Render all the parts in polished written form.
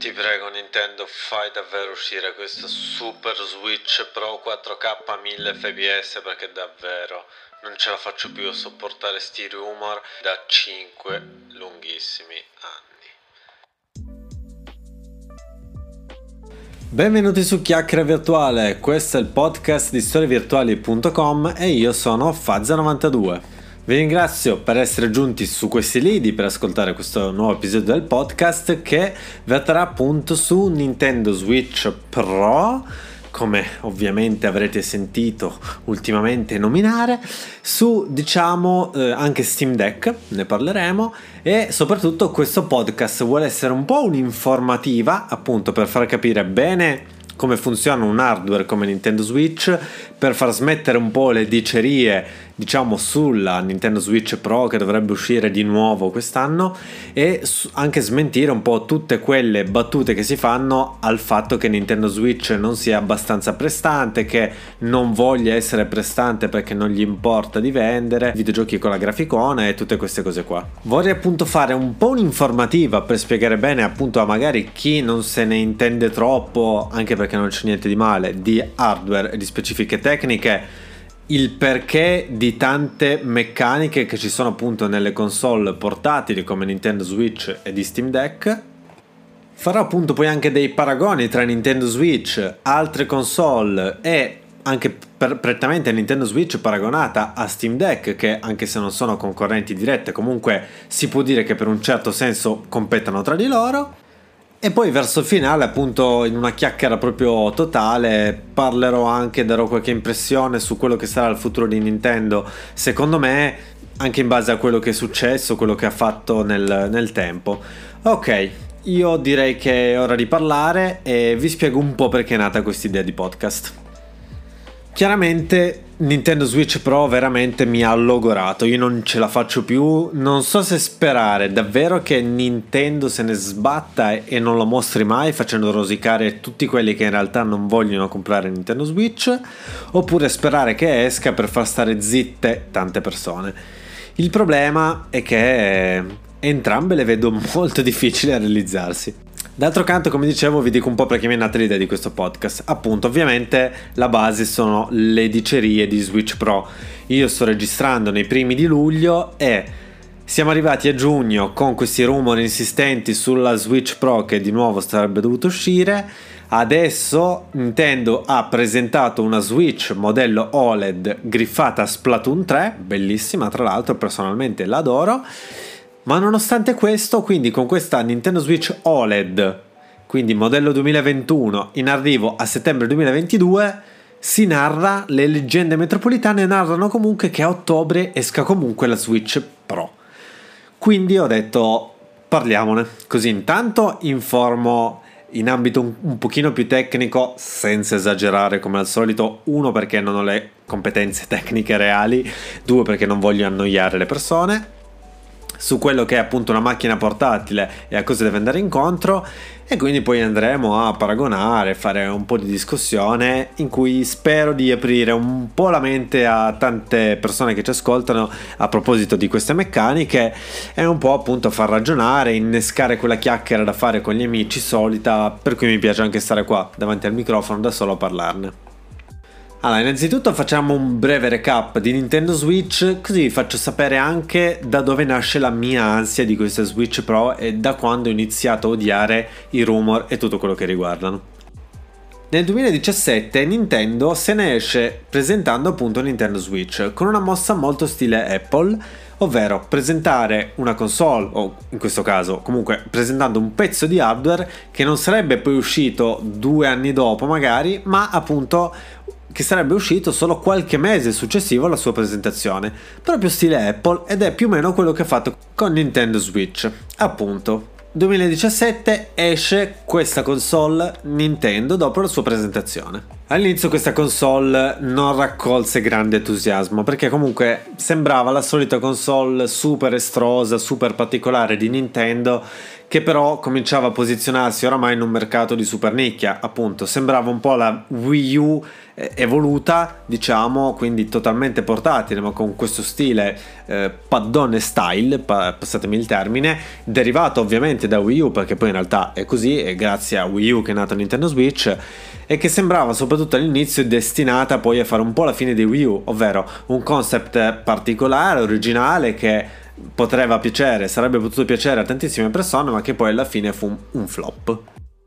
Ti prego Nintendo, fai davvero uscire questa Super Switch Pro 4K 1000 fps, perché davvero non ce la faccio più a sopportare sti rumor da 5 lunghissimi anni. Benvenuti su Chiacchiera Virtuale, questo è il podcast di storievirtuali.com e io sono Fazza92. Vi ringrazio per essere giunti su questi lidi per ascoltare questo nuovo episodio del podcast che verrà appunto su Nintendo Switch Pro, come ovviamente avrete sentito ultimamente nominare, su anche Steam Deck, ne parleremo, e soprattutto questo podcast vuole essere un po' un'informativa appunto per far capire bene come funziona un hardware come Nintendo Switch, per far smettere un po' le dicerie sulla Nintendo Switch Pro che dovrebbe uscire di nuovo quest'anno, e anche smentire un po' tutte quelle battute che si fanno al fatto che Nintendo Switch non sia abbastanza prestante, che non voglia essere prestante perché non gli importa di vendere videogiochi con la graficona e tutte queste cose qua. Vorrei appunto fare un po' un'informativa per spiegare bene appunto a magari chi non se ne intende troppo, anche perché non c'è niente di male, di hardware e di specifiche tecniche, il perché di tante meccaniche che ci sono appunto nelle console portatili come Nintendo Switch e di Steam Deck. Farò appunto poi anche dei paragoni tra Nintendo Switch, altre console e anche prettamente Nintendo Switch paragonata a Steam Deck, che anche se non sono concorrenti dirette comunque si può dire che per un certo senso competano tra di loro. E poi verso il finale, appunto, in una chiacchiera proprio totale, parlerò anche, darò qualche impressione su quello che sarà il futuro di Nintendo, secondo me, anche in base a quello che è successo, quello che ha fatto nel tempo. Ok, io direi che è ora di parlare e vi spiego un po' perché è nata questa idea di podcast. Chiaramente Nintendo Switch Pro veramente mi ha logorato, io non ce la faccio più, non so se sperare davvero che Nintendo se ne sbatta e non lo mostri mai, facendo rosicare tutti quelli che in realtà non vogliono comprare Nintendo Switch, oppure sperare che esca per far stare zitte tante persone. Il problema è che entrambe le vedo molto difficili a realizzarsi. D'altro canto, come dicevo, vi dico un po' perché mi è nata l'idea di questo podcast. Appunto, ovviamente la base sono le dicerie di Switch Pro. Io sto registrando nei primi di luglio e siamo arrivati a giugno con questi rumori insistenti sulla Switch Pro che di nuovo sarebbe dovuto uscire. Adesso Nintendo ha presentato una Switch modello OLED griffata Splatoon 3, bellissima tra l'altro, personalmente l'adoro. Ma nonostante questo, quindi con questa Nintendo Switch OLED, quindi modello 2021, in arrivo a settembre 2022, si narra, le leggende metropolitane narrano comunque che a ottobre esca comunque la Switch Pro. Quindi ho detto, parliamone, così intanto informo in ambito un pochino più tecnico, senza esagerare come al solito, uno perché non ho le competenze tecniche reali, due perché non voglio annoiare le persone, su quello che è appunto una macchina portatile e a cosa deve andare incontro, e quindi poi andremo a paragonare, fare un po' di discussione in cui spero di aprire un po' la mente a tante persone che ci ascoltano a proposito di queste meccaniche, e un po' appunto far ragionare, innescare quella chiacchiera da fare con gli amici solita, per cui mi piace anche stare qua davanti al microfono da solo a parlarne. Allora, innanzitutto facciamo un breve recap di Nintendo Switch, così vi faccio sapere anche da dove nasce la mia ansia di questa Switch Pro e da quando ho iniziato a odiare i rumor e tutto quello che riguardano. Nel 2017 Nintendo se ne esce presentando appunto Nintendo Switch con una mossa molto stile Apple, ovvero presentare una console, o in questo caso comunque presentando un pezzo di hardware che non sarebbe poi uscito 2 anni dopo magari, ma appunto che sarebbe uscito solo qualche mese successivo alla sua presentazione, proprio stile Apple, ed è più o meno quello che ha fatto con Nintendo Switch. Appunto, 2017 esce questa console Nintendo dopo la sua presentazione. All'inizio questa console non raccolse grande entusiasmo, perché comunque sembrava la solita console super estrosa, super particolare di Nintendo, che però cominciava a posizionarsi oramai in un mercato di super nicchia, appunto sembrava un po' la Wii U evoluta, diciamo, quindi totalmente portatile, ma con questo stile paddone style, passatemi il termine, derivato ovviamente da Wii U, perché poi in realtà è così, è grazie a Wii U che è nata Nintendo Switch, e che sembrava soprattutto all'inizio destinata poi a fare un po' la fine di Wii U, ovvero un concept particolare, originale, che poteva piacere, sarebbe potuto piacere a tantissime persone, ma che poi alla fine fu un flop.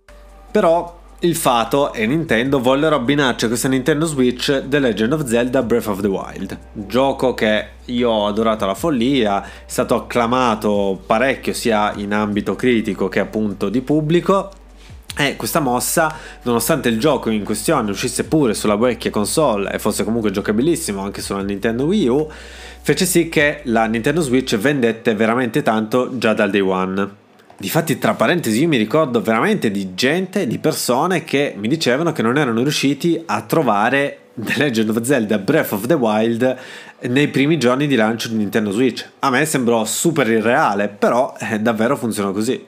Però il Fato e Nintendo vollero abbinarci a questa Nintendo Switch The Legend of Zelda Breath of the Wild, gioco che io ho adorato alla follia, è stato acclamato parecchio sia in ambito critico che appunto di pubblico. E questa mossa, nonostante il gioco in questione uscisse pure sulla vecchia console e fosse comunque giocabilissimo anche sulla Nintendo Wii U, fece sì che la Nintendo Switch vendette veramente tanto già dal day one. Difatti, tra parentesi, io mi ricordo veramente di gente, di persone che mi dicevano che non erano riusciti a trovare The Legend of Zelda Breath of the Wild nei primi giorni di lancio di Nintendo Switch. A me sembrò super irreale, però davvero funzionò così.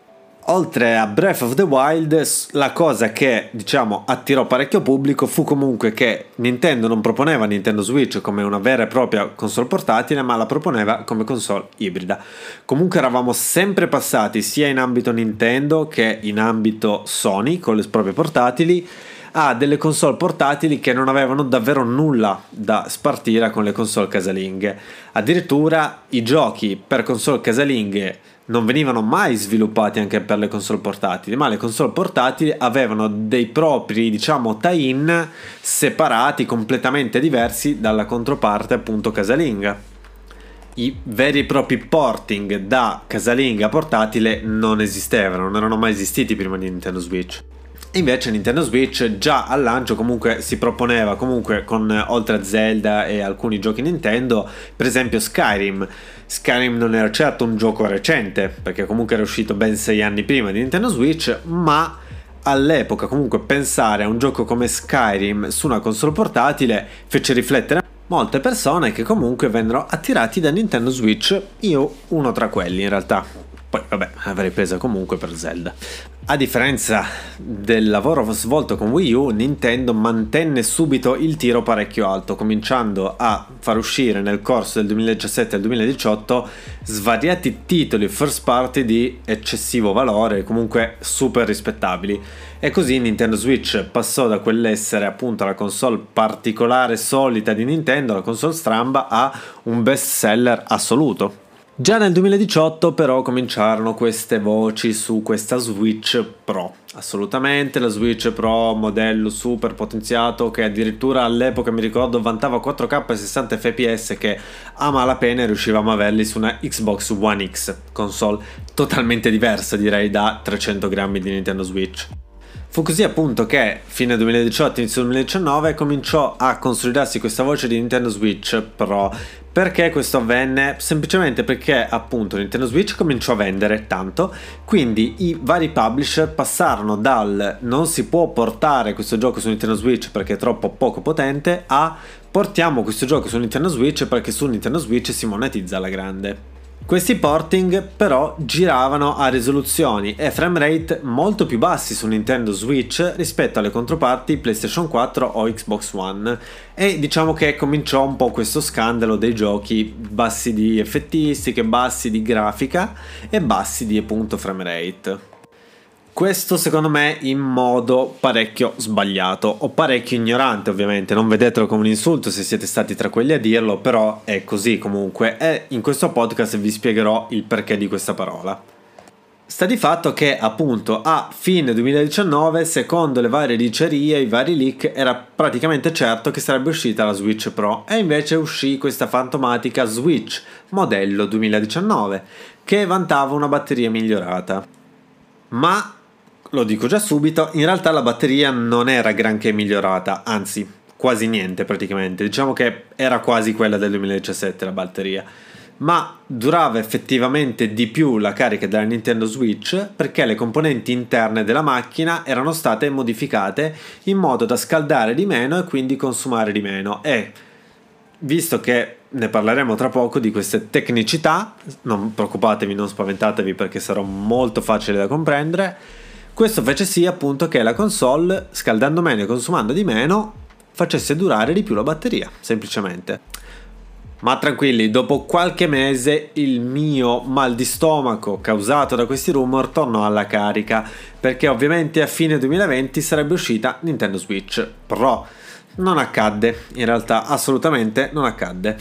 Oltre a Breath of the Wild, la cosa che, diciamo, attirò parecchio pubblico fu comunque che Nintendo non proponeva Nintendo Switch come una vera e propria console portatile, ma la proponeva come console ibrida. Comunque eravamo sempre passati sia in ambito Nintendo che in ambito Sony con le proprie portatili a delle console portatili che non avevano davvero nulla da spartire con le console casalinghe. Addirittura i giochi per console casalinghe non venivano mai sviluppati anche per le console portatili, ma le console portatili avevano dei propri, diciamo, tie-in separati, completamente diversi dalla controparte appunto casalinga. I veri e propri porting da casalinga a portatile non esistevano, non erano mai esistiti prima di Nintendo Switch. Invece Nintendo Switch già al lancio comunque si proponeva comunque con, oltre a Zelda e alcuni giochi Nintendo, per esempio Skyrim. Skyrim non era certo un gioco recente, perché comunque era uscito ben 6 anni prima di Nintendo Switch, ma all'epoca comunque pensare a un gioco come Skyrim su una console portatile fece riflettere molte persone che comunque vennero attirati da Nintendo Switch, io uno tra quelli in realtà. Poi vabbè, avrei preso comunque per Zelda. A differenza del lavoro svolto con Wii U, Nintendo mantenne subito il tiro parecchio alto, cominciando a far uscire nel corso del 2017 al 2018 svariati titoli first party di eccessivo valore, comunque super rispettabili. E così Nintendo Switch passò da quell'essere appunto la console particolare solita di Nintendo, la console stramba, a un best seller assoluto. Già nel 2018 però cominciarono queste voci su questa Switch Pro. Assolutamente la Switch Pro modello super potenziato che addirittura all'epoca mi ricordo vantava 4K e 60 fps che a malapena riuscivamo a averli su una Xbox One X, console totalmente diversa direi da 300 grammi di Nintendo Switch. Fu così appunto che fine 2018 inizio 2019 cominciò a consolidarsi questa voce di Nintendo Switch Pro. Perché questo avvenne? Semplicemente perché appunto Nintendo Switch cominciò a vendere tanto, quindi i vari publisher passarono dal non si può portare questo gioco su Nintendo Switch perché è troppo poco potente a portiamo questo gioco su Nintendo Switch perché su Nintendo Switch si monetizza alla grande. Questi porting però giravano a risoluzioni e frame rate molto più bassi su Nintendo Switch rispetto alle controparti PlayStation 4 o Xbox One, e diciamo che cominciò un po' questo scandalo dei giochi bassi di effettistiche, bassi di grafica e bassi di appunto frame rate. Questo secondo me in modo parecchio sbagliato o parecchio ignorante, ovviamente, non vedetelo come un insulto se siete stati tra quelli a dirlo, però è così comunque e in questo podcast vi spiegherò il perché di questa parola. Sta di fatto che appunto a fine 2019, secondo le varie dicerie, i vari leak, era praticamente certo che sarebbe uscita la Switch Pro e invece uscì questa fantomatica Switch modello 2019 che vantava una batteria migliorata. Ma lo dico già subito, in realtà la batteria non era granché migliorata, anzi quasi niente praticamente, diciamo che era quasi quella del 2017 la batteria, ma durava effettivamente di più la carica della Nintendo Switch perché le componenti interne della macchina erano state modificate in modo da scaldare di meno e quindi consumare di meno, e visto che ne parleremo tra poco di queste tecnicità, non preoccupatevi, non spaventatevi perché sarà molto facile da comprendere. Questo fece sì appunto che la console, scaldando meno e consumando di meno, facesse durare di più la batteria, semplicemente. Ma tranquilli, dopo qualche mese il mio mal di stomaco causato da questi rumor tornò alla carica, perché ovviamente a fine 2020 sarebbe uscita Nintendo Switch Pro. Non accadde, in realtà assolutamente non accadde,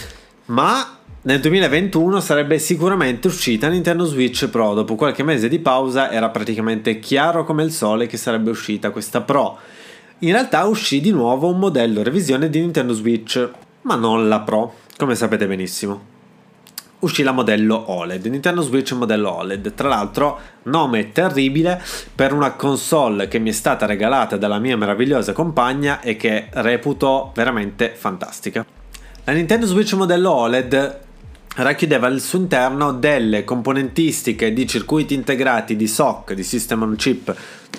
ma nel 2021 sarebbe sicuramente uscita Nintendo Switch Pro. Dopo qualche mese di pausa era praticamente chiaro come il sole che sarebbe uscita questa Pro. In realtà uscì di nuovo un modello revisione di Nintendo Switch, ma non la Pro, come sapete benissimo. Uscì la modello OLED, Nintendo Switch modello OLED, tra l'altro nome terribile per una console che mi è stata regalata dalla mia meravigliosa compagna e che reputo veramente fantastica. La Nintendo Switch modello OLED racchiudeva al suo interno delle componentistiche di circuiti integrati di SoC, di System on Chip,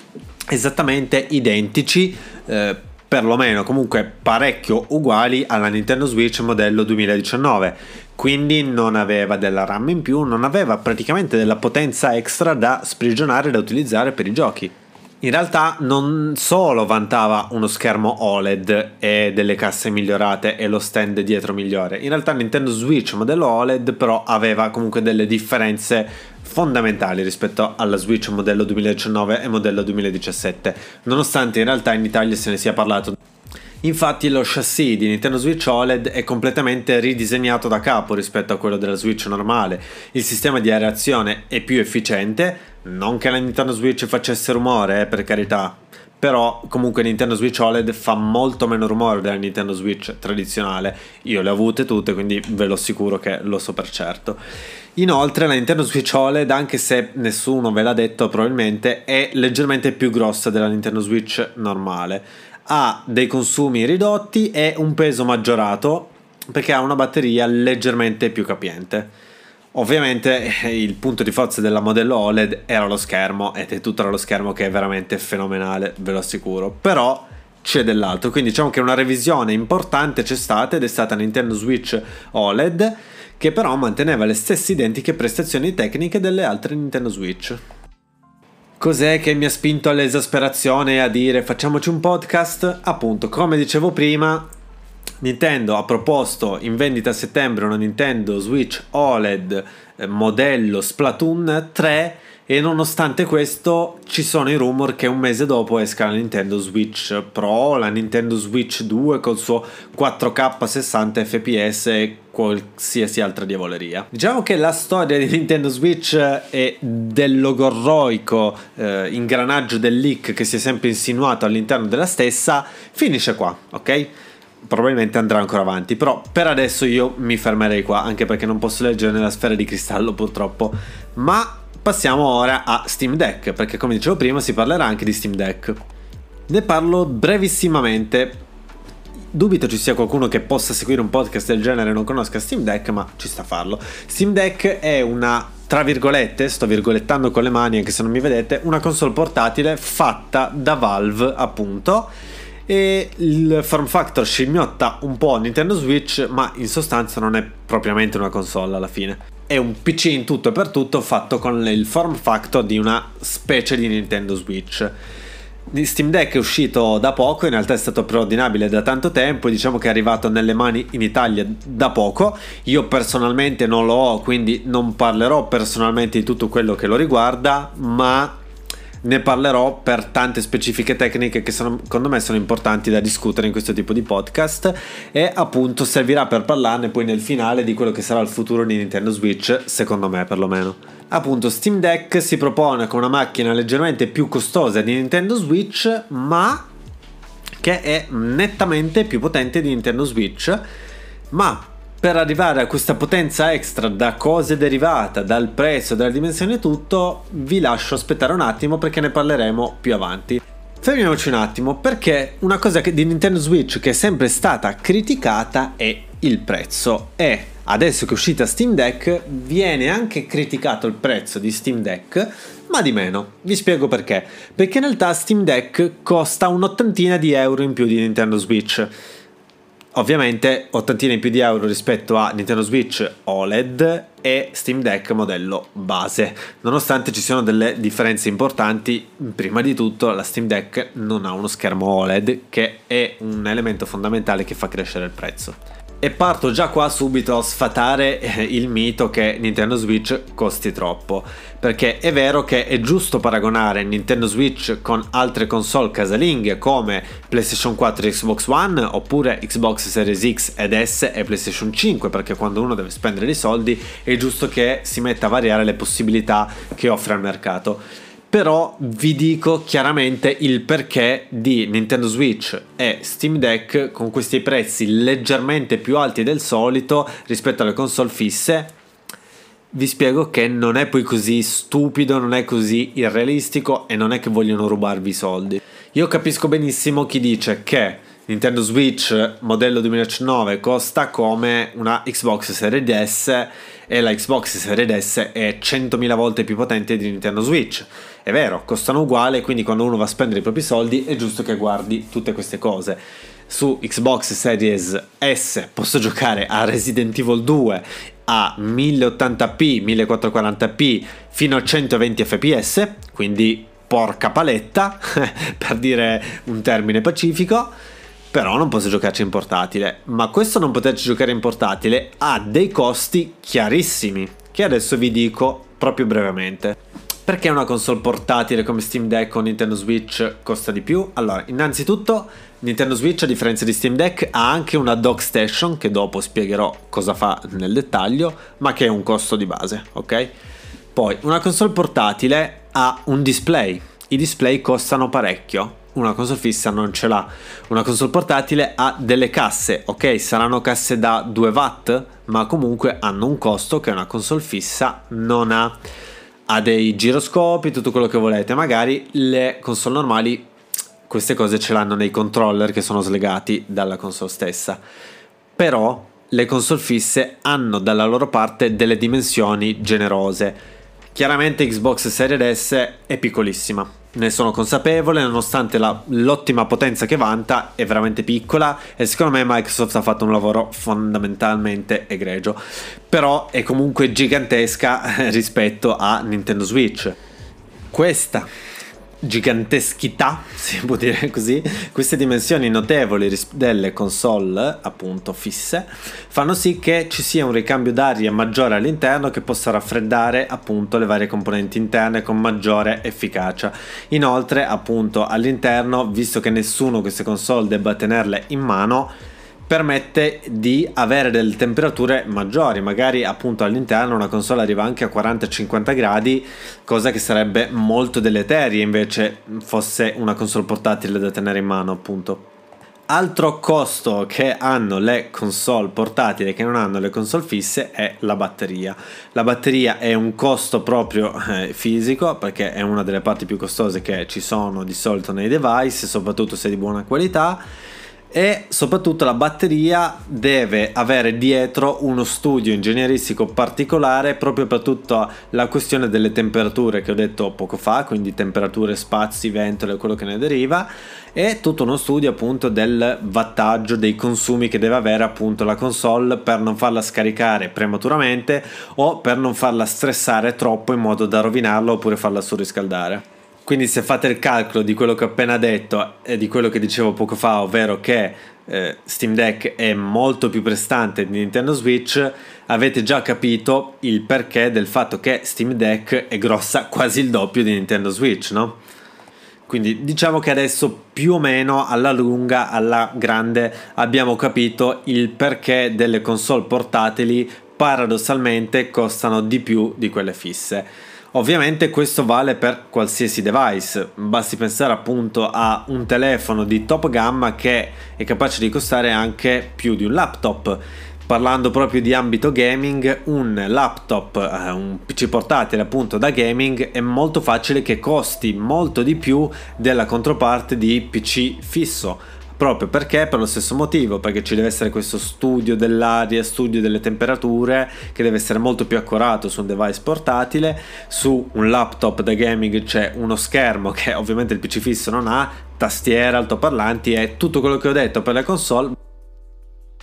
esattamente identici, perlomeno comunque parecchio uguali alla Nintendo Switch modello 2019. Quindi non aveva della RAM in più, non aveva praticamente della potenza extra da sprigionare, da utilizzare per i giochi. In realtà non solo vantava uno schermo OLED e delle casse migliorate e lo stand dietro migliore, in realtà Nintendo Switch modello OLED però aveva comunque delle differenze fondamentali rispetto alla Switch modello 2019 e modello 2017, nonostante in realtà in Italia se ne sia parlato. Infatti lo chassis di Nintendo Switch OLED è completamente ridisegnato da capo rispetto a quello della Switch normale. Il sistema di aerazione è più efficiente, non che la Nintendo Switch facesse rumore, per carità, però comunque Nintendo Switch OLED fa molto meno rumore della Nintendo Switch tradizionale. Io le ho avute tutte, quindi ve lo assicuro che lo so per certo. Inoltre la Nintendo Switch OLED, anche se nessuno ve l'ha detto probabilmente, è leggermente più grossa della Nintendo Switch normale. Ha dei consumi ridotti e un peso maggiorato perché ha una batteria leggermente più capiente. Ovviamente il punto di forza della modello OLED era lo schermo, ed è tutto lo schermo che è veramente fenomenale, ve lo assicuro. Però c'è dell'altro, quindi diciamo che una revisione importante c'è stata ed è stata Nintendo Switch OLED, che però manteneva le stesse identiche prestazioni tecniche delle altre Nintendo Switch. Cos'è che mi ha spinto all'esasperazione e a dire facciamoci un podcast? Appunto, come dicevo prima, Nintendo ha proposto in vendita a settembre una Nintendo Switch OLED modello Splatoon 3 e nonostante questo ci sono i rumor che un mese dopo esca la Nintendo Switch Pro, la Nintendo Switch 2 col suo 4K 60 fps e qualsiasi altra diavoleria. Diciamo che la storia di Nintendo Switch e del logorroico ingranaggio del leak che si è sempre insinuato all'interno della stessa finisce qua, ok? Probabilmente andrà ancora avanti, però per adesso io mi fermerei qua, anche perché non posso leggere nella sfera di cristallo purtroppo. Ma passiamo ora a Steam Deck, perché come dicevo prima si parlerà anche di Steam Deck. Ne parlo brevissimamente. Dubito ci sia qualcuno che possa seguire un podcast del genere e non conosca Steam Deck, ma ci sta a farlo. Steam Deck è una, tra virgolette, sto virgolettando con le mani anche se non mi vedete, una console portatile fatta da Valve appunto, e il form factor scimmiotta un po' Nintendo Switch, ma in sostanza non è propriamente una console alla fine. È un PC in tutto e per tutto fatto con il form factor di una specie di Nintendo Switch. Steam Deck è uscito da poco, in realtà è stato preordinabile da tanto tempo, diciamo che è arrivato nelle mani in Italia da poco. Io personalmente non lo ho, quindi non parlerò personalmente di tutto quello che lo riguarda, ma ne parlerò per tante specifiche tecniche che secondo me sono importanti da discutere in questo tipo di podcast, e appunto servirà per parlarne poi nel finale di quello che sarà il futuro di Nintendo Switch, secondo me perlomeno. Appunto Steam Deck si propone con una macchina leggermente più costosa di Nintendo Switch, ma che è nettamente più potente di Nintendo Switch. Ma per arrivare a questa potenza extra, da cosa è derivata, dal prezzo, dalla dimensione e tutto, vi lascio aspettare un attimo perché ne parleremo più avanti. Fermiamoci un attimo, perché una cosa di Nintendo Switch che è sempre stata criticata è il prezzo, e adesso che è uscita Steam Deck viene anche criticato il prezzo di Steam Deck, ma di meno. Vi spiego perché. Perché in realtà Steam Deck costa un'ottantina di euro in più di Nintendo Switch. ovviamente ottantina in più di euro rispetto a Nintendo Switch OLED e Steam Deck modello base, nonostante ci siano delle differenze importanti. Prima di tutto la Steam Deck non ha uno schermo OLED, che è un elemento fondamentale che fa crescere il prezzo. E parto già qua subito a sfatare il mito che Nintendo Switch costi troppo, perché è vero che è giusto paragonare Nintendo Switch con altre console casalinghe come PlayStation 4 e Xbox One, oppure Xbox Series X ed S e PlayStation 5, perché quando uno deve spendere dei soldi è giusto che si metta a variare le possibilità che offre al mercato. Però vi dico chiaramente il perché di Nintendo Switch e Steam Deck con questi prezzi leggermente più alti del solito rispetto alle console fisse. Vi spiego che non è poi così stupido, non è così irrealistico e non è che vogliono rubarvi i soldi. Io capisco benissimo chi dice che Nintendo Switch modello 2019 costa come una Xbox Series S e la Xbox Series S è 100.000 volte più potente di Nintendo Switch. È vero, costano uguale, quindi quando uno va a spendere i propri soldi è giusto che guardi tutte queste cose. Su Xbox Series S posso giocare a Resident Evil 2 a 1080p, 1440p fino a 120 fps, quindi porca paletta, per dire un termine pacifico. Però non posso giocarci in portatile, ma questo non poterci giocare in portatile ha dei costi chiarissimi, che adesso vi dico proprio brevemente. Perché una console portatile come Steam Deck o Nintendo Switch costa di più? Allora, innanzitutto Nintendo Switch, a differenza di Steam Deck, ha anche una dock station, che dopo spiegherò cosa fa nel dettaglio, ma che è un costo di base, ok? Poi, una console portatile ha un display. I display costano parecchio. Una console fissa non ce l'ha. Una console portatile ha delle casse, ok? Saranno casse da 2 watt, ma comunque hanno un costo che una console fissa non ha. Ha dei giroscopi, tutto quello che volete. Magari le console normali queste cose ce l'hanno nei controller che sono slegati dalla console stessa. Però le console fisse hanno dalla loro parte delle dimensioni generose. Chiaramente Xbox Series S è piccolissima, ne sono consapevole, nonostante l'ottima potenza che vanta è veramente piccola e secondo me Microsoft ha fatto un lavoro fondamentalmente egregio, però è comunque gigantesca rispetto a Nintendo Switch. Questa giganteschità, si può dire così, queste dimensioni notevoli delle console appunto fisse fanno sì che ci sia un ricambio d'aria maggiore all'interno che possa raffreddare appunto le varie componenti interne con maggiore efficacia. Inoltre appunto all'interno, visto che nessuno queste console debba tenerle in mano, permette di avere delle temperature maggiori. Magari appunto all'interno una console arriva anche a 40-50 gradi, cosa che sarebbe molto deleteria invece fosse una console portatile da tenere in mano appunto. Altro costo che hanno le console portatili che non hanno le console fisse è la batteria. La batteria è un costo proprio fisico, perché è una delle parti più costose che ci sono di solito nei device, soprattutto se di buona qualità. E soprattutto la batteria deve avere dietro uno studio ingegneristico particolare proprio per tutta la questione delle temperature che ho detto poco fa, quindi temperature, spazi, ventole e quello che ne deriva, e tutto uno studio appunto del wattaggio, dei consumi che deve avere appunto la console per non farla scaricare prematuramente o per non farla stressare troppo in modo da rovinarla oppure farla surriscaldare. Quindi se fate il calcolo di quello che ho appena detto e di quello che dicevo poco fa, ovvero che Steam Deck è molto più prestante di Nintendo Switch, avete già capito il perché del fatto che Steam Deck è grossa quasi il doppio di Nintendo Switch, no? Quindi diciamo che adesso più o meno alla lunga, alla grande, abbiamo capito il perché delle console portatili paradossalmente costano di più di quelle fisse. Ovviamente questo vale per qualsiasi device, basti pensare appunto a un telefono di top gamma che è capace di costare anche più di un laptop. Parlando proprio di ambito gaming, un laptop, un PC portatile appunto da gaming è molto facile che costi molto di più della controparte di PC fisso. Proprio perché, per lo stesso motivo, perché ci deve essere questo studio dell'aria, studio delle temperature, che deve essere molto più accurato su un device portatile. Su un laptop da gaming c'è uno schermo che ovviamente il PC fisso non ha, tastiera, altoparlanti e tutto quello che ho detto per le console.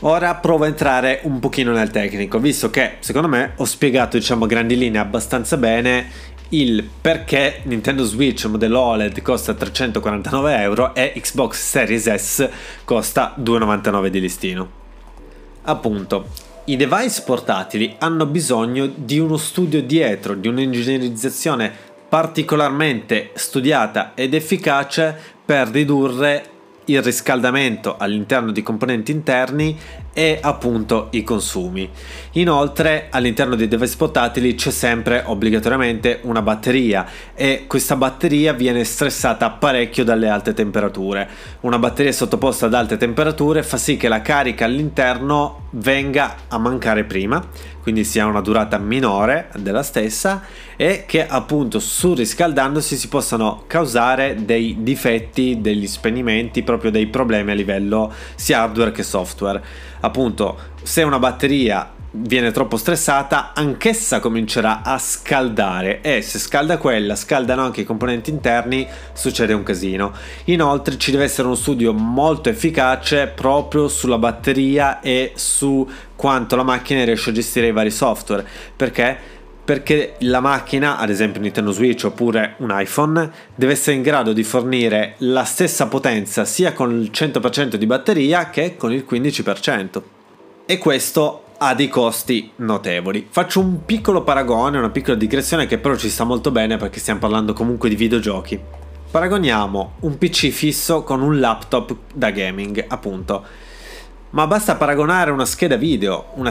Ora provo a entrare un pochino nel tecnico, visto che secondo me ho spiegato, diciamo, a grandi linee abbastanza bene il perché Nintendo Switch modello OLED costa 349 euro e Xbox Series S costa 299 di listino. Appunto, i device portatili hanno bisogno di uno studio dietro, di un'ingegnerizzazione particolarmente studiata ed efficace per ridurre il riscaldamento all'interno di componenti interni e appunto i consumi. Inoltre all'interno dei device portatili c'è sempre obbligatoriamente una batteria e questa batteria viene stressata parecchio dalle alte temperature. Una batteria sottoposta ad alte temperature fa sì che la carica all'interno venga a mancare prima, quindi sia una durata minore della stessa e che appunto surriscaldandosi si possano causare dei difetti, degli spegnimenti, proprio dei problemi a livello sia hardware che software. Appunto, se una batteria viene troppo stressata, anch'essa comincerà a scaldare e se scalda quella, scaldano anche i componenti interni, succede un casino. Inoltre ci deve essere uno studio molto efficace proprio sulla batteria e su quanto la macchina riesce a gestire i vari software. Perché la macchina, ad esempio Nintendo Switch oppure un iPhone, deve essere in grado di fornire la stessa potenza sia con il 100% di batteria che con il 15%. E questo ha dei costi notevoli. Faccio un piccolo paragone, una piccola digressione che però ci sta molto bene perché stiamo parlando comunque di videogiochi. Paragoniamo un PC fisso con un laptop da gaming, appunto. Ma basta paragonare una scheda video, una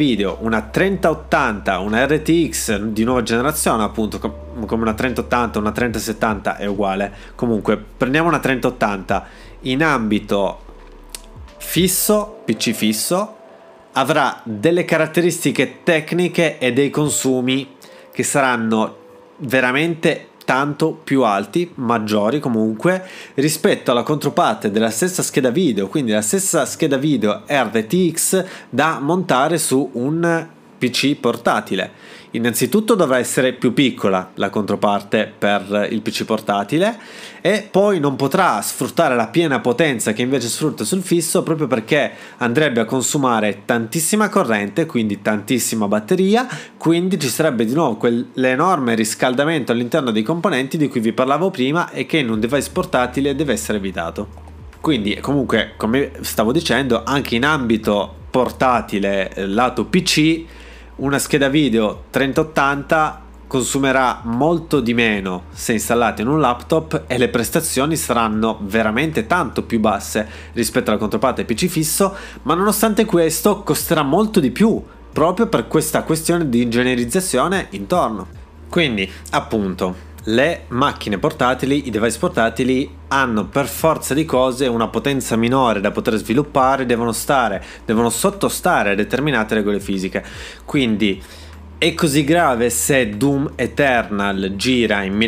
3080, una RTX di nuova generazione, appunto, come una 3080, una 3070 è uguale. Comunque, prendiamo una 3080 in ambito fisso, PC fisso, avrà delle caratteristiche tecniche e dei consumi che saranno veramente tanto più alti, maggiori comunque, rispetto alla controparte della stessa scheda video, quindi la stessa scheda video RTX da montare su un PC portatile. Innanzitutto dovrà essere più piccola la controparte per il PC portatile e poi non potrà sfruttare la piena potenza che invece sfrutta sul fisso, proprio perché andrebbe a consumare tantissima corrente, quindi tantissima batteria, quindi ci sarebbe di nuovo quell'enorme riscaldamento all'interno dei componenti di cui vi parlavo prima e che in un device portatile deve essere evitato. Quindi comunque, come stavo dicendo, anche in ambito portatile lato PC, una scheda video 3080 consumerà molto di meno se installata in un laptop e le prestazioni saranno veramente tanto più basse rispetto alla controparte PC fisso, ma nonostante questo costerà molto di più proprio per questa questione di ingegnerizzazione intorno. Quindi appunto le macchine portatili, i device portatili hanno per forza di cose una potenza minore da poter sviluppare, devono sottostare a determinate regole fisiche. Quindi è così grave se Doom Eternal gira in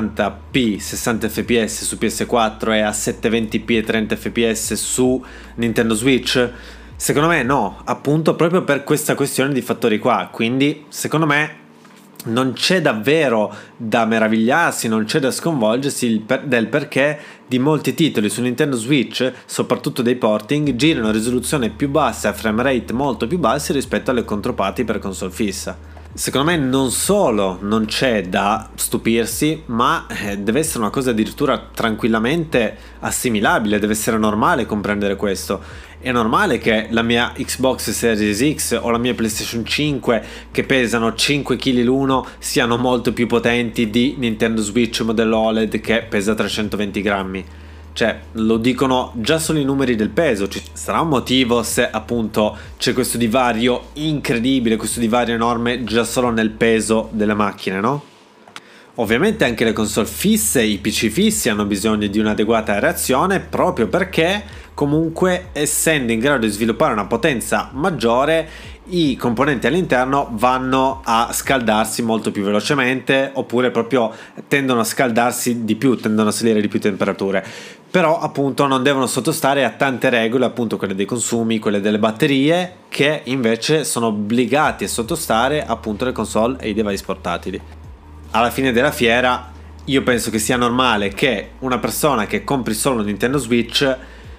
1080p 60 fps su PS4 e a 720p e 30 fps su Nintendo Switch? Secondo me no, appunto proprio per questa questione di fattori qua. Quindi secondo me non c'è davvero da meravigliarsi, non c'è da sconvolgersi del perché di molti titoli su Nintendo Switch, soprattutto dei porting, girano a risoluzione più bassa e a frame rate molto più bassi rispetto alle controparti per console fissa. Secondo me non solo non c'è da stupirsi, ma deve essere una cosa addirittura tranquillamente assimilabile, deve essere normale comprendere questo. È normale che la mia Xbox Series X o la mia PlayStation 5, che pesano 5 kg l'uno, siano molto più potenti di Nintendo Switch modello OLED che pesa 320 grammi. Cioè, lo dicono già solo i numeri del peso. Ci sarà un motivo se appunto c'è questo divario incredibile, questo divario enorme già solo nel peso delle macchine, no? Ovviamente anche le console fisse, i PC fissi hanno bisogno di un'adeguata reazione proprio perché comunque, essendo in grado di sviluppare una potenza maggiore, i componenti all'interno vanno a scaldarsi molto più velocemente, oppure proprio tendono a scaldarsi di più, tendono a salire di più temperature. Però appunto non devono sottostare a tante regole, appunto quelle dei consumi, quelle delle batterie, che invece sono obbligati a sottostare appunto le console e i device portatili. Alla fine della fiera io penso che sia normale che una persona che compri solo Nintendo Switch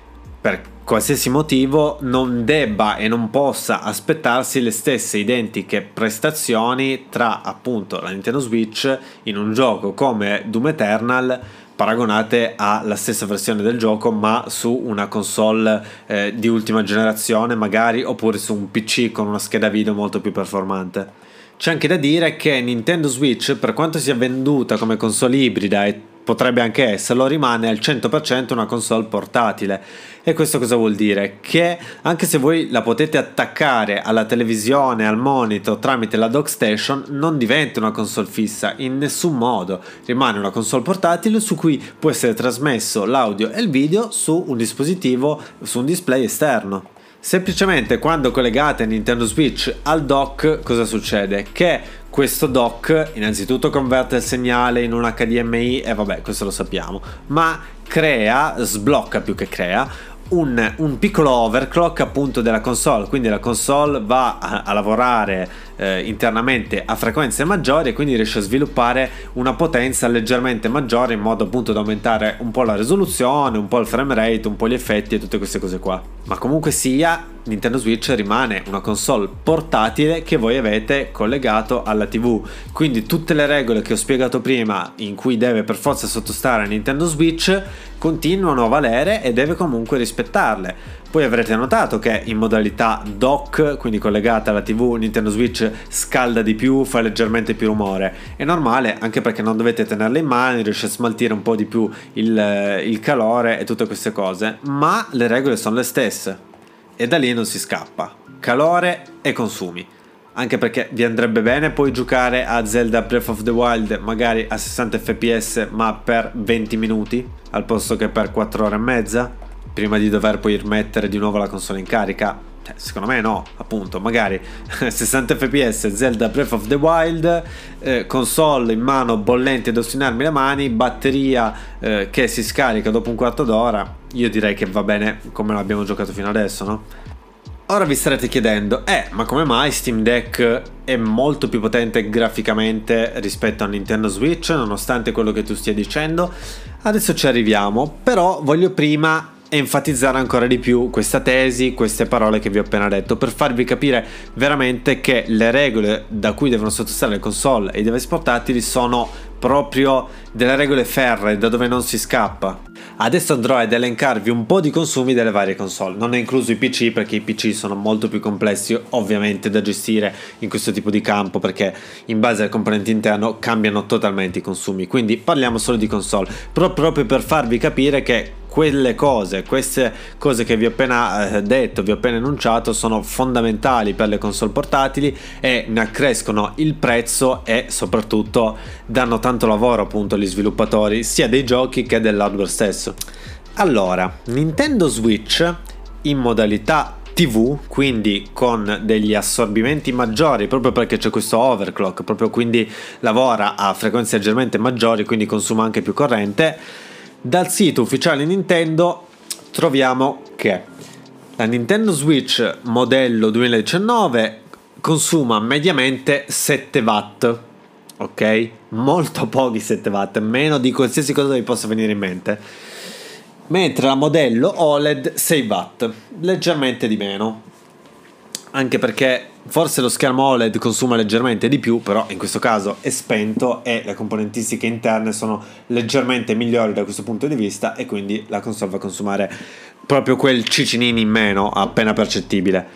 per qualsiasi motivo non debba e non possa aspettarsi le stesse identiche prestazioni tra appunto la Nintendo Switch in un gioco come Doom Eternal paragonate alla stessa versione del gioco ma su una console di ultima generazione magari, oppure su un PC con una scheda video molto più performante. C'è anche da dire che Nintendo Switch, per quanto sia venduta come console ibrida e potrebbe anche esserlo, rimane al 100% una console portatile. E questo cosa vuol dire? Che anche se voi la potete attaccare alla televisione, al monitor tramite la dock station, non diventa una console fissa in nessun modo. Rimane una console portatile su cui può essere trasmesso l'audio e il video su un dispositivo, su un display esterno. Semplicemente quando collegate Nintendo Switch al dock, cosa succede? Che questo dock innanzitutto converte il segnale in un HDMI, e vabbè, questo lo sappiamo, ma sblocca più che crea un piccolo overclock appunto della console, quindi la console va a lavorare internamente a frequenze maggiori e quindi riesce a sviluppare una potenza leggermente maggiore in modo appunto da aumentare un po' la risoluzione, un po' il frame rate, un po' gli effetti e tutte queste cose qua. Ma comunque sia, Nintendo Switch rimane una console portatile che voi avete collegato alla TV, quindi tutte le regole che ho spiegato prima in cui deve per forza sottostare a Nintendo Switch continuano a valere e deve comunque rispettarle. Poi avrete notato che in modalità dock, quindi collegata alla TV, Nintendo Switch scalda di più, fa leggermente più rumore. È normale, anche perché non dovete tenerla in mano, riesce a smaltire un po' di più il calore e tutte queste cose, ma le regole sono le stesse e da lì non si scappa. Calore e consumi. Anche perché vi andrebbe bene poi giocare a Zelda Breath of the Wild magari a 60 fps ma per 20 minuti al posto che per 4 ore e mezza, prima di dover poi rimettere di nuovo la console in carica? Secondo me no, appunto, magari 60 fps Zelda Breath of the Wild, console in mano bollente ad ostinarmi le mani, batteria che si scarica dopo un quarto d'ora. Io direi che va bene come l'abbiamo giocato fino adesso, no? Ora vi starete chiedendo, ma come mai Steam Deck è molto più potente graficamente rispetto a Nintendo Switch, nonostante quello che tu stia dicendo? Adesso ci arriviamo, però voglio prima enfatizzare ancora di più questa tesi, queste parole che vi ho appena detto, per farvi capire veramente che le regole da cui devono sottostare le console e i device portatili sono proprio delle regole ferree da dove non si scappa. Adesso andrò ad elencarvi un po' di consumi delle varie console, non è incluso i PC perché i PC sono molto più complessi ovviamente da gestire in questo tipo di campo, perché in base al componente interno cambiano totalmente i consumi, quindi parliamo solo di console, proprio per farvi capire che queste cose che vi ho appena detto, vi ho appena enunciato, sono fondamentali per le console portatili e ne accrescono il prezzo e soprattutto danno tanto lavoro appunto agli sviluppatori sia dei giochi che dell'hardware stesso. Allora, Nintendo Switch in modalità TV, quindi con degli assorbimenti maggiori proprio perché c'è questo overclock, proprio quindi lavora a frequenze leggermente maggiori, quindi consuma anche più corrente. Dal sito ufficiale Nintendo troviamo che la Nintendo Switch modello 2019 consuma mediamente 7 watt, ok? Molto pochi 7 watt, meno di qualsiasi cosa vi possa venire in mente. Mentre la modello OLED 6 watt, leggermente di meno. Anche perché forse lo schermo OLED consuma leggermente di più, però in questo caso è spento e le componentistiche interne sono leggermente migliori da questo punto di vista e quindi la console va a consumare proprio quel cicinini in meno appena percettibile.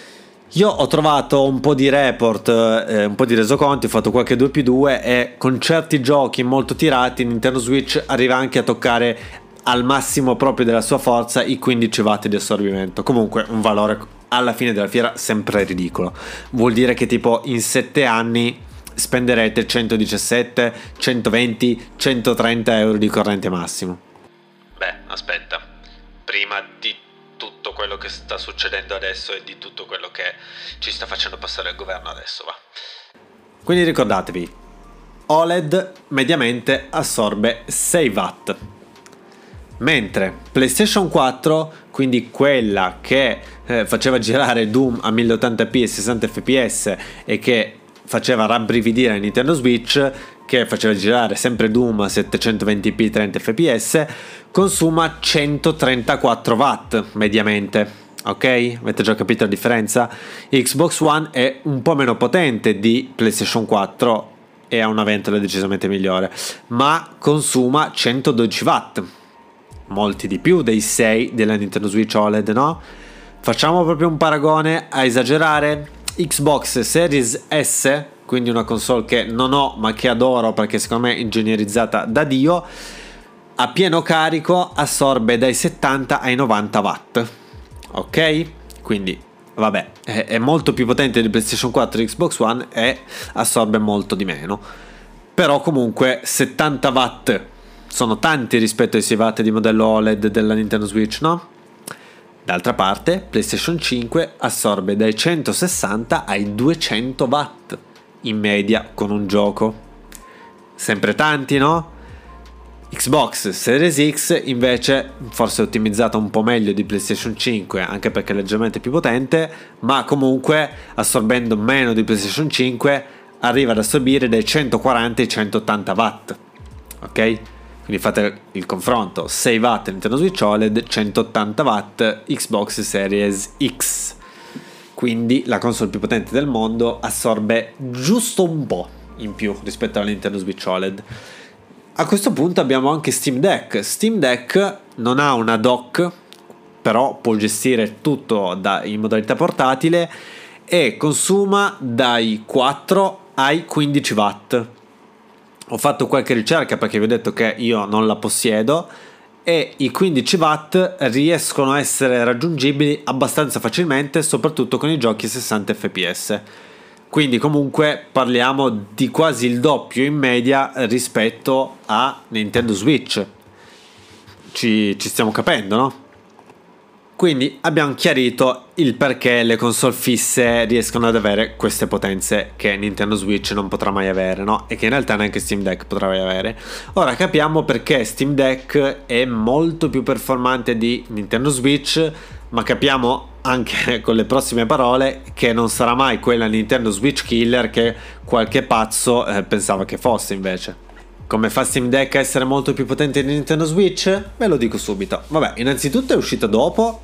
Io ho trovato un po' di report, un po' di resoconti, ho fatto qualche 2+2 e con certi giochi molto tirati Nintendo Switch arriva anche a toccare al massimo proprio della sua forza i 15 watt di assorbimento. Comunque un valore alla fine della fiera sempre ridicolo. Vuol dire che tipo in 7 anni spenderete 117, 120, 130 euro di corrente massimo. Beh, aspetta, prima di tutto quello che sta succedendo adesso e di tutto quello che ci sta facendo passare il governo adesso, va. Quindi ricordatevi, OLED mediamente assorbe 6 watt, mentre PlayStation 4, quindi quella che faceva girare Doom a 1080p e 60 fps e che faceva rabbrividire Nintendo Switch, che faceva girare sempre Doom a 720p 30 fps, consuma 134 watt mediamente. Ok? Avete già capito la differenza? Xbox One è un po' meno potente di PlayStation 4 e ha una ventola decisamente migliore, ma consuma 112 watt, molti di più dei 6 della Nintendo Switch OLED, no? Facciamo proprio un paragone a esagerare. Xbox Series S, quindi una console che non ho ma che adoro perché secondo me è ingegnerizzata da Dio, a pieno carico assorbe dai 70 ai 90 watt. Ok? Quindi vabbè, è molto più potente di PlayStation 4 e Xbox One e assorbe molto di meno. Però comunque 70 watt sono tanti rispetto ai 6 watt di modello OLED della Nintendo Switch, no? D'altra parte, PlayStation 5 assorbe dai 160 ai 200 watt in media con un gioco. Sempre tanti, no? Xbox Series X invece forse è ottimizzata un po' meglio di PlayStation 5, anche perché è leggermente più potente, ma comunque assorbendo meno di PlayStation 5 arriva ad assorbire dai 140 ai 180 watt. Ok? Quindi fate il confronto: 6 watt Nintendo Switch OLED, 180 watt Xbox Series X. Quindi la console più potente del mondo assorbe giusto un po' in più rispetto alla Nintendo Switch OLED. A questo punto abbiamo anche Steam Deck. Steam Deck non ha una dock, però può gestire tutto in modalità portatile e consuma dai 4 ai 15 watt. Ho fatto qualche ricerca perché vi ho detto che io non la possiedo e i 15 watt riescono a essere raggiungibili abbastanza facilmente, soprattutto con i giochi a 60 fps. Quindi comunque parliamo di quasi il doppio in media rispetto a Nintendo Switch. Ci stiamo capendo, no? Quindi abbiamo chiarito il perché le console fisse riescono ad avere queste potenze che Nintendo Switch non potrà mai avere, no? E che in realtà neanche Steam Deck potrà mai avere. Ora capiamo perché Steam Deck è molto più performante di Nintendo Switch, ma capiamo anche con le prossime parole che non sarà mai quella Nintendo Switch killer che qualche pazzo pensava che fosse invece. Come fa Steam Deck a essere molto più potente di Nintendo Switch? Ve lo dico subito. Vabbè, innanzitutto è uscita dopo,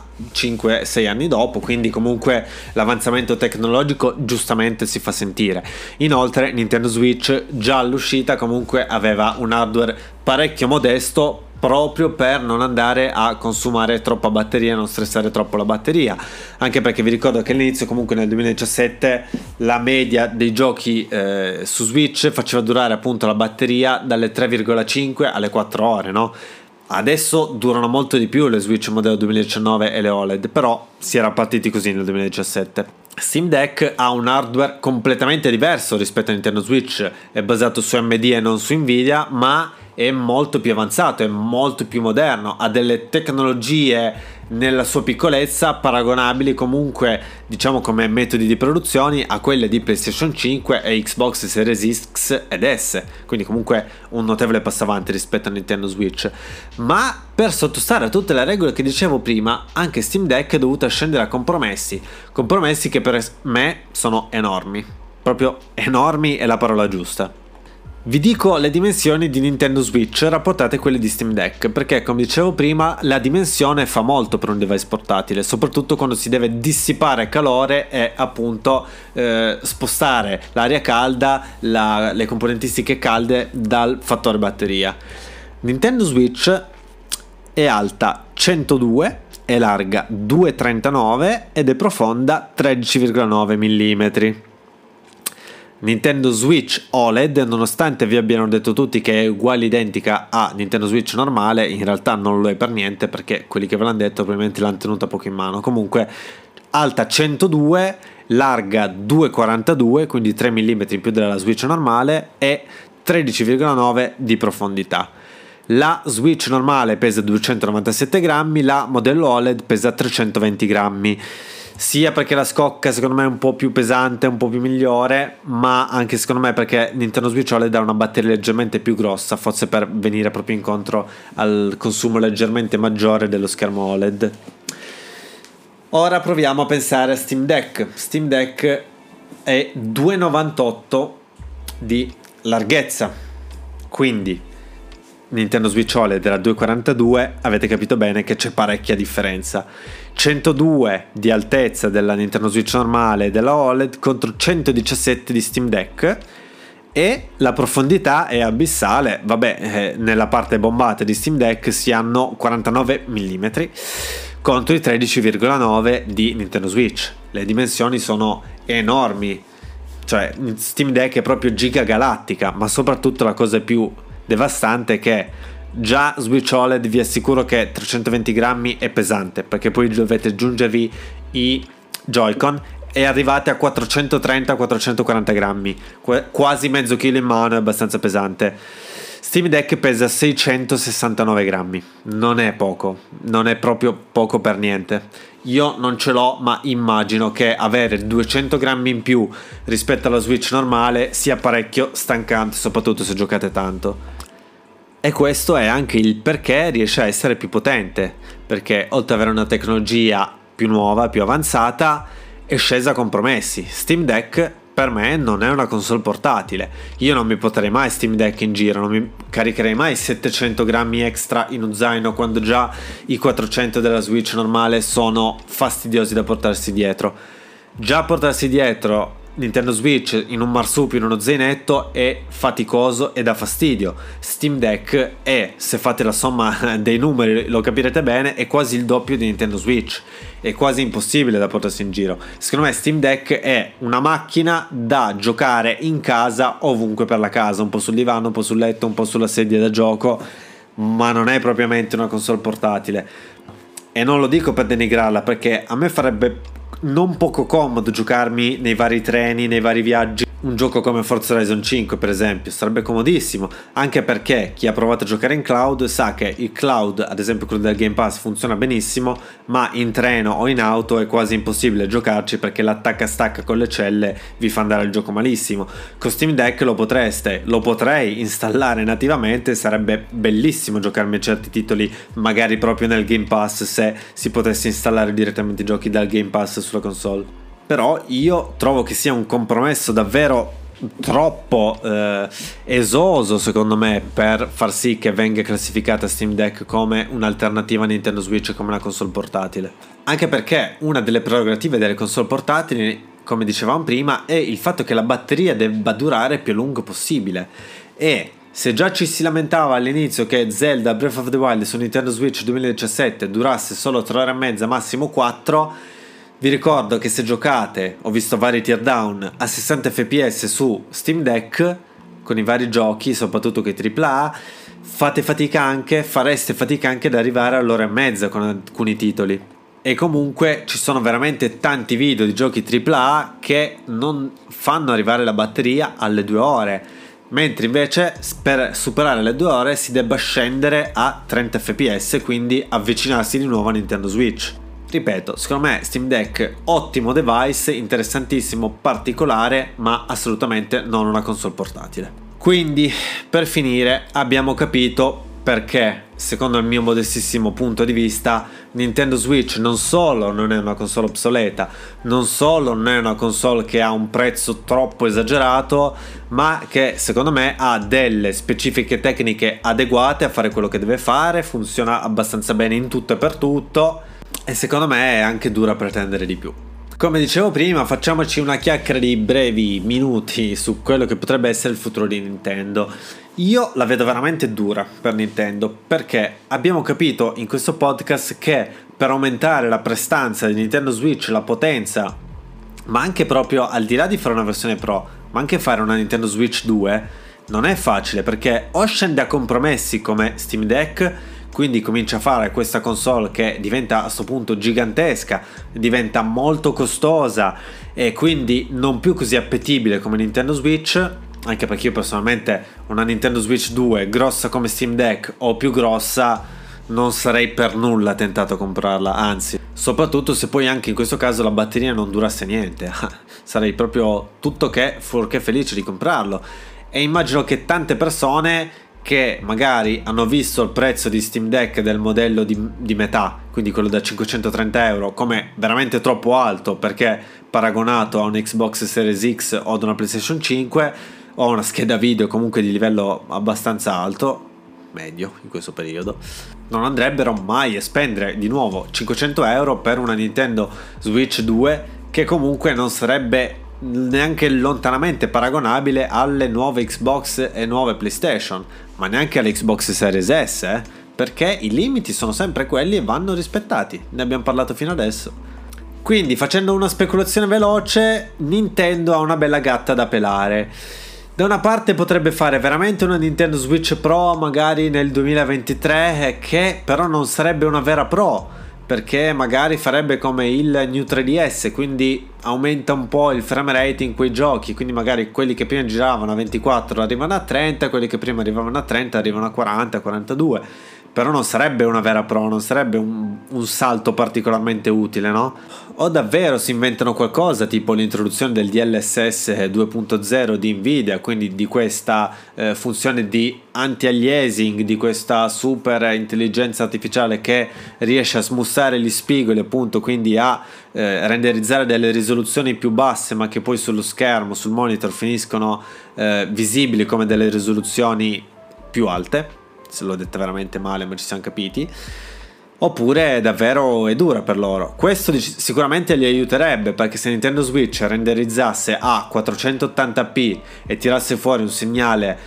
5-6 anni dopo, quindi comunque l'avanzamento tecnologico giustamente si fa sentire. Inoltre Nintendo Switch già all'uscita comunque aveva un hardware parecchio modesto, proprio per non andare a consumare troppa batteria, non stressare troppo la batteria, anche perché vi ricordo che all'inizio comunque nel 2017 la media dei giochi su Switch faceva durare appunto la batteria dalle 3,5 alle 4 ore, no? Adesso durano molto di più le Switch modello 2019 e le OLED, però si era partiti così nel 2017. Steam Deck ha un hardware completamente diverso rispetto a Nintendo Switch, è basato su AMD e non su Nvidia, ma è molto più avanzato, è molto più moderno, ha delle tecnologie nella sua piccolezza paragonabili comunque, diciamo, come metodi di produzione a quelle di PlayStation 5 e Xbox Series X ed S, quindi comunque un notevole passo avanti rispetto a Nintendo Switch. Ma per sottostare a tutte le regole che dicevo prima, anche Steam Deck è dovuta scendere a compromessi che per me sono enormi, proprio enormi è la parola giusta. Vi dico le dimensioni di Nintendo Switch rapportate a quelle di Steam Deck, perché come dicevo prima la dimensione fa molto per un device portatile, soprattutto quando si deve dissipare calore e appunto spostare l'aria calda, le componentistiche calde dal fattore batteria. Nintendo Switch è alta 102, è larga 2,39 ed è profonda 13,9 mm. Nintendo Switch OLED, nonostante vi abbiano detto tutti che è uguale identica a Nintendo Switch normale, in realtà non lo è per niente, perché quelli che ve l'hanno detto probabilmente l'hanno tenuta poco in mano. Comunque alta 102, larga 2,42, quindi 3 mm in più della Switch normale, e 13,9 di profondità. La Switch normale pesa 297 grammi, la modello OLED pesa 320 grammi. Sia perché la scocca secondo me è un po' più pesante, un po' più migliore, ma anche secondo me perché Nintendo Switch OLED ha una batteria leggermente più grossa, forse per venire proprio incontro al consumo leggermente maggiore dello schermo OLED. Ora proviamo a pensare a Steam Deck. Steam Deck è 2,98 di larghezza, quindi Nintendo Switch OLED era 242, avete capito bene che c'è parecchia differenza. 102 di altezza della Nintendo Switch normale e della OLED contro 117 di Steam Deck, e la profondità è abissale. Nella parte bombata di Steam Deck si hanno 49 mm contro i 13,9 di Nintendo Switch. Le dimensioni sono enormi, cioè Steam Deck è proprio gigagalattica, ma soprattutto la cosa più devastante è che già Switch OLED vi assicuro che 320 grammi è pesante, perché poi dovete aggiungervi i Joy-Con e arrivate a 430-440 grammi, quasi mezzo chilo in mano, è abbastanza pesante. Steam Deck pesa 669 grammi, non è poco, non è proprio poco per niente. Io non ce l'ho, ma immagino che avere 200 grammi in più rispetto alla Switch normale sia parecchio stancante, soprattutto se giocate tanto. E questo è anche il perché riesce a essere più potente, perché oltre ad avere una tecnologia più nuova, più avanzata, è scesa a compromessi. Steam Deck per me non è una console portatile. Io non mi porterei mai Steam Deck in giro, non mi caricherei mai 700 grammi extra in uno zaino quando già i 400 della Switch normale sono fastidiosi da portarsi dietro. Già portarsi dietro Nintendo Switch in un marsupio, in uno zainetto, è faticoso e dà fastidio. Steam Deck è, se fate la somma dei numeri lo capirete bene, è quasi il doppio di Nintendo Switch. È quasi impossibile da portarsi in giro. Secondo me Steam Deck è una macchina da giocare in casa, ovunque per la casa, un po' sul divano, un po' sul letto, un po' sulla sedia da gioco, ma non è propriamente una console portatile. E non lo dico per denigrarla, perché a me farebbe non poco comodo giocarmi nei vari treni, nei vari viaggi, un gioco come Forza Horizon 5 per esempio, sarebbe comodissimo, anche perché chi ha provato a giocare in cloud sa che il cloud, ad esempio quello del Game Pass, funziona benissimo, ma in treno o in auto è quasi impossibile giocarci, perché l'attacca stacca con le celle vi fa andare il gioco malissimo. Con Steam Deck lo potrei installare nativamente, sarebbe bellissimo giocarmi certi titoli magari proprio nel Game Pass, se si potesse installare direttamente i giochi dal Game Pass sulla console. Però io trovo che sia un compromesso davvero troppo esoso, secondo me, per far sì che venga classificata Steam Deck come un'alternativa a Nintendo Switch, come una console portatile. Anche perché una delle prerogative delle console portatili, come dicevamo prima, è il fatto che la batteria debba durare più a lungo possibile. E se già ci si lamentava all'inizio che Zelda Breath of the Wild su Nintendo Switch 2017 durasse solo 3 ore e mezza, massimo 4, vi ricordo che se giocate, ho visto vari teardown, a 60 fps su Steam Deck, con i vari giochi, soprattutto che AAA, fareste fatica anche ad arrivare all'ora e mezza con alcuni titoli. E comunque ci sono veramente tanti video di giochi AAA che non fanno arrivare la batteria alle 2 ore, mentre invece per superare le 2 ore si debba scendere a 30 fps, quindi avvicinarsi di nuovo a Nintendo Switch. Ripeto, secondo me Steam Deck ottimo device, interessantissimo, particolare, ma assolutamente non una console portatile. Quindi, per finire, abbiamo capito perché, secondo il mio modestissimo punto di vista, Nintendo Switch non solo non è una console obsoleta, non solo non è una console che ha un prezzo troppo esagerato, ma che secondo me ha delle specifiche tecniche adeguate a fare quello che deve fare, funziona abbastanza bene in tutto e per tutto, e secondo me è anche dura pretendere di più. Come dicevo prima, facciamoci una chiacchiera di brevi minuti su quello che potrebbe essere il futuro di Nintendo. Io la vedo veramente dura per Nintendo, perché abbiamo capito in questo podcast che per aumentare la prestanza di Nintendo Switch, la potenza, ma anche proprio al di là di fare una versione Pro, ma anche fare una Nintendo Switch 2, non è facile, perché o scende a compromessi come Steam Deck, quindi comincia a fare questa console che diventa a questo punto gigantesca, diventa molto costosa e quindi non più così appetibile come Nintendo Switch, anche perché io personalmente una Nintendo Switch 2 grossa come Steam Deck o più grossa non sarei per nulla tentato a comprarla, anzi, soprattutto se poi anche in questo caso la batteria non durasse niente, sarei proprio tutto che fuorché felice di comprarlo. E immagino che tante persone che magari hanno visto il prezzo di Steam Deck del modello di metà, quindi quello da 530 euro, come veramente troppo alto perché paragonato a un Xbox Series X o ad una PlayStation 5, ho una scheda video comunque di livello abbastanza alto, medio in questo periodo, non andrebbero mai a spendere di nuovo 500 euro per una Nintendo Switch 2 che comunque non sarebbe neanche lontanamente paragonabile alle nuove Xbox e nuove PlayStation, ma neanche alle Xbox Series S, perché i limiti sono sempre quelli e vanno rispettati, ne abbiamo parlato fino adesso. Quindi, facendo una speculazione veloce, Nintendo ha una bella gatta da pelare. Da una parte potrebbe fare veramente una Nintendo Switch Pro magari nel 2023, che però non sarebbe una vera Pro, perché magari farebbe come il New 3DS, quindi aumenta un po' il frame rate in quei giochi, quindi magari quelli che prima giravano a 24 arrivano a 30, quelli che prima arrivavano a 30 arrivano a 40, 42, però non sarebbe una vera Pro, non sarebbe un salto particolarmente utile, no? O davvero si inventano qualcosa tipo l'introduzione del DLSS 2.0 di Nvidia, quindi di questa funzione di anti-aliasing, di questa super intelligenza artificiale che riesce a smussare gli spigoli, appunto, quindi a renderizzare delle risoluzioni più basse, ma che poi sullo schermo, sul monitor finiscono visibili come delle risoluzioni più alte. Se l'ho detta veramente male, ma ci siamo capiti. Oppure davvero è dura per loro. Questo sicuramente li aiuterebbe, perché se Nintendo Switch renderizzasse a 480p e tirasse fuori un segnale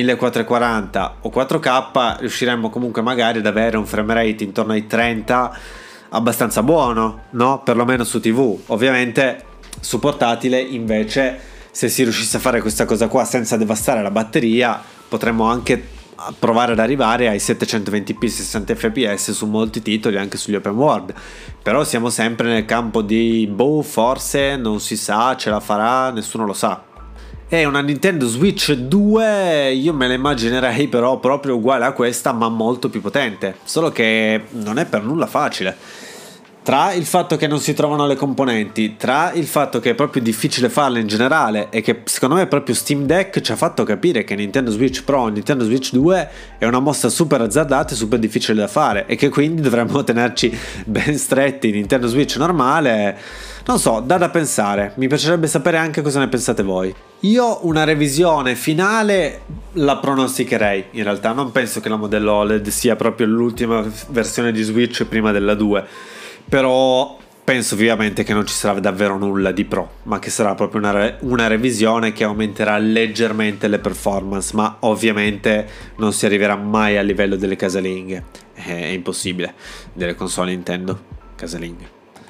1440 o 4K, riusciremmo comunque magari ad avere un frame rate intorno ai 30 abbastanza buono, no? Perlomeno su TV. Ovviamente su portatile invece, se si riuscisse a fare questa cosa qua senza devastare la batteria, potremmo anche provare ad arrivare ai 720p 60 fps su molti titoli, anche sugli open world. Però siamo sempre nel campo di forse, non si sa, ce la farà, nessuno lo sa. E una Nintendo Switch 2 io me la immaginerei però proprio uguale a questa, ma molto più potente, solo che non è per nulla facile. Tra il fatto che non si trovano le componenti, tra il fatto che è proprio difficile farle in generale, e che secondo me proprio Steam Deck ci ha fatto capire che Nintendo Switch Pro e Nintendo Switch 2 è una mossa super azzardata e super difficile da fare, e che quindi dovremmo tenerci ben stretti Nintendo Switch normale, non so, da pensare. Mi piacerebbe sapere anche cosa ne pensate voi. Io una revisione finale la pronosticherei, in realtà non penso che la modello OLED sia proprio l'ultima versione di Switch prima della 2, però penso ovviamente che non ci sarà davvero nulla di pro, ma che sarà proprio una revisione che aumenterà leggermente le performance, ma ovviamente non si arriverà mai a livello delle casalinghe, è impossibile, delle console Nintendo casalinghe.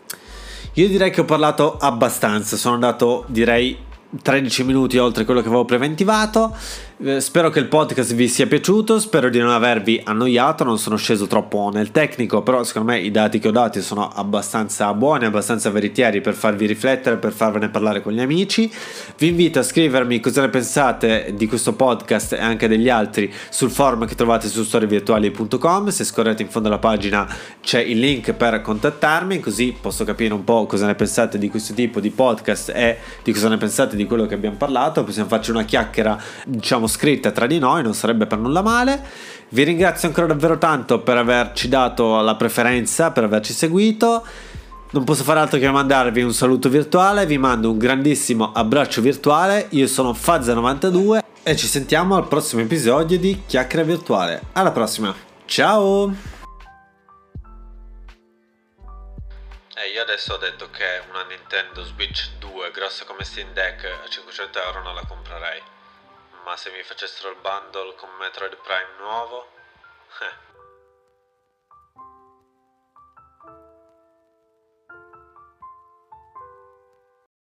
Io direi che ho parlato abbastanza, sono andato direi 13 minuti oltre quello che avevo preventivato. Spero che il podcast vi sia piaciuto, spero di non avervi annoiato, non sono sceso troppo nel tecnico, però secondo me i dati che ho dati sono abbastanza buoni, abbastanza veritieri per farvi riflettere, per farvene parlare con gli amici. Vi invito a scrivermi cosa ne pensate di questo podcast e anche degli altri sul forum che trovate su storievirtuali.com. Se scorrete in fondo alla pagina c'è il link per contattarmi, così posso capire un po' cosa ne pensate di questo tipo di podcast e di cosa ne pensate di quello che abbiamo parlato. Possiamo farci una chiacchiera, diciamo, scritta tra di noi, non sarebbe per nulla male. Vi ringrazio ancora davvero tanto per averci dato la preferenza, per averci seguito. Non posso fare altro che mandarvi un saluto virtuale, vi mando un grandissimo abbraccio virtuale. Io sono Fazza92 e ci sentiamo al prossimo episodio di Chiacchiera Virtuale. Alla prossima, ciao! Io adesso ho detto che una Nintendo Switch 2 grossa come Steam Deck a 500 euro non la comprerei. Ma se mi facessero il bundle con Metroid Prime nuovo?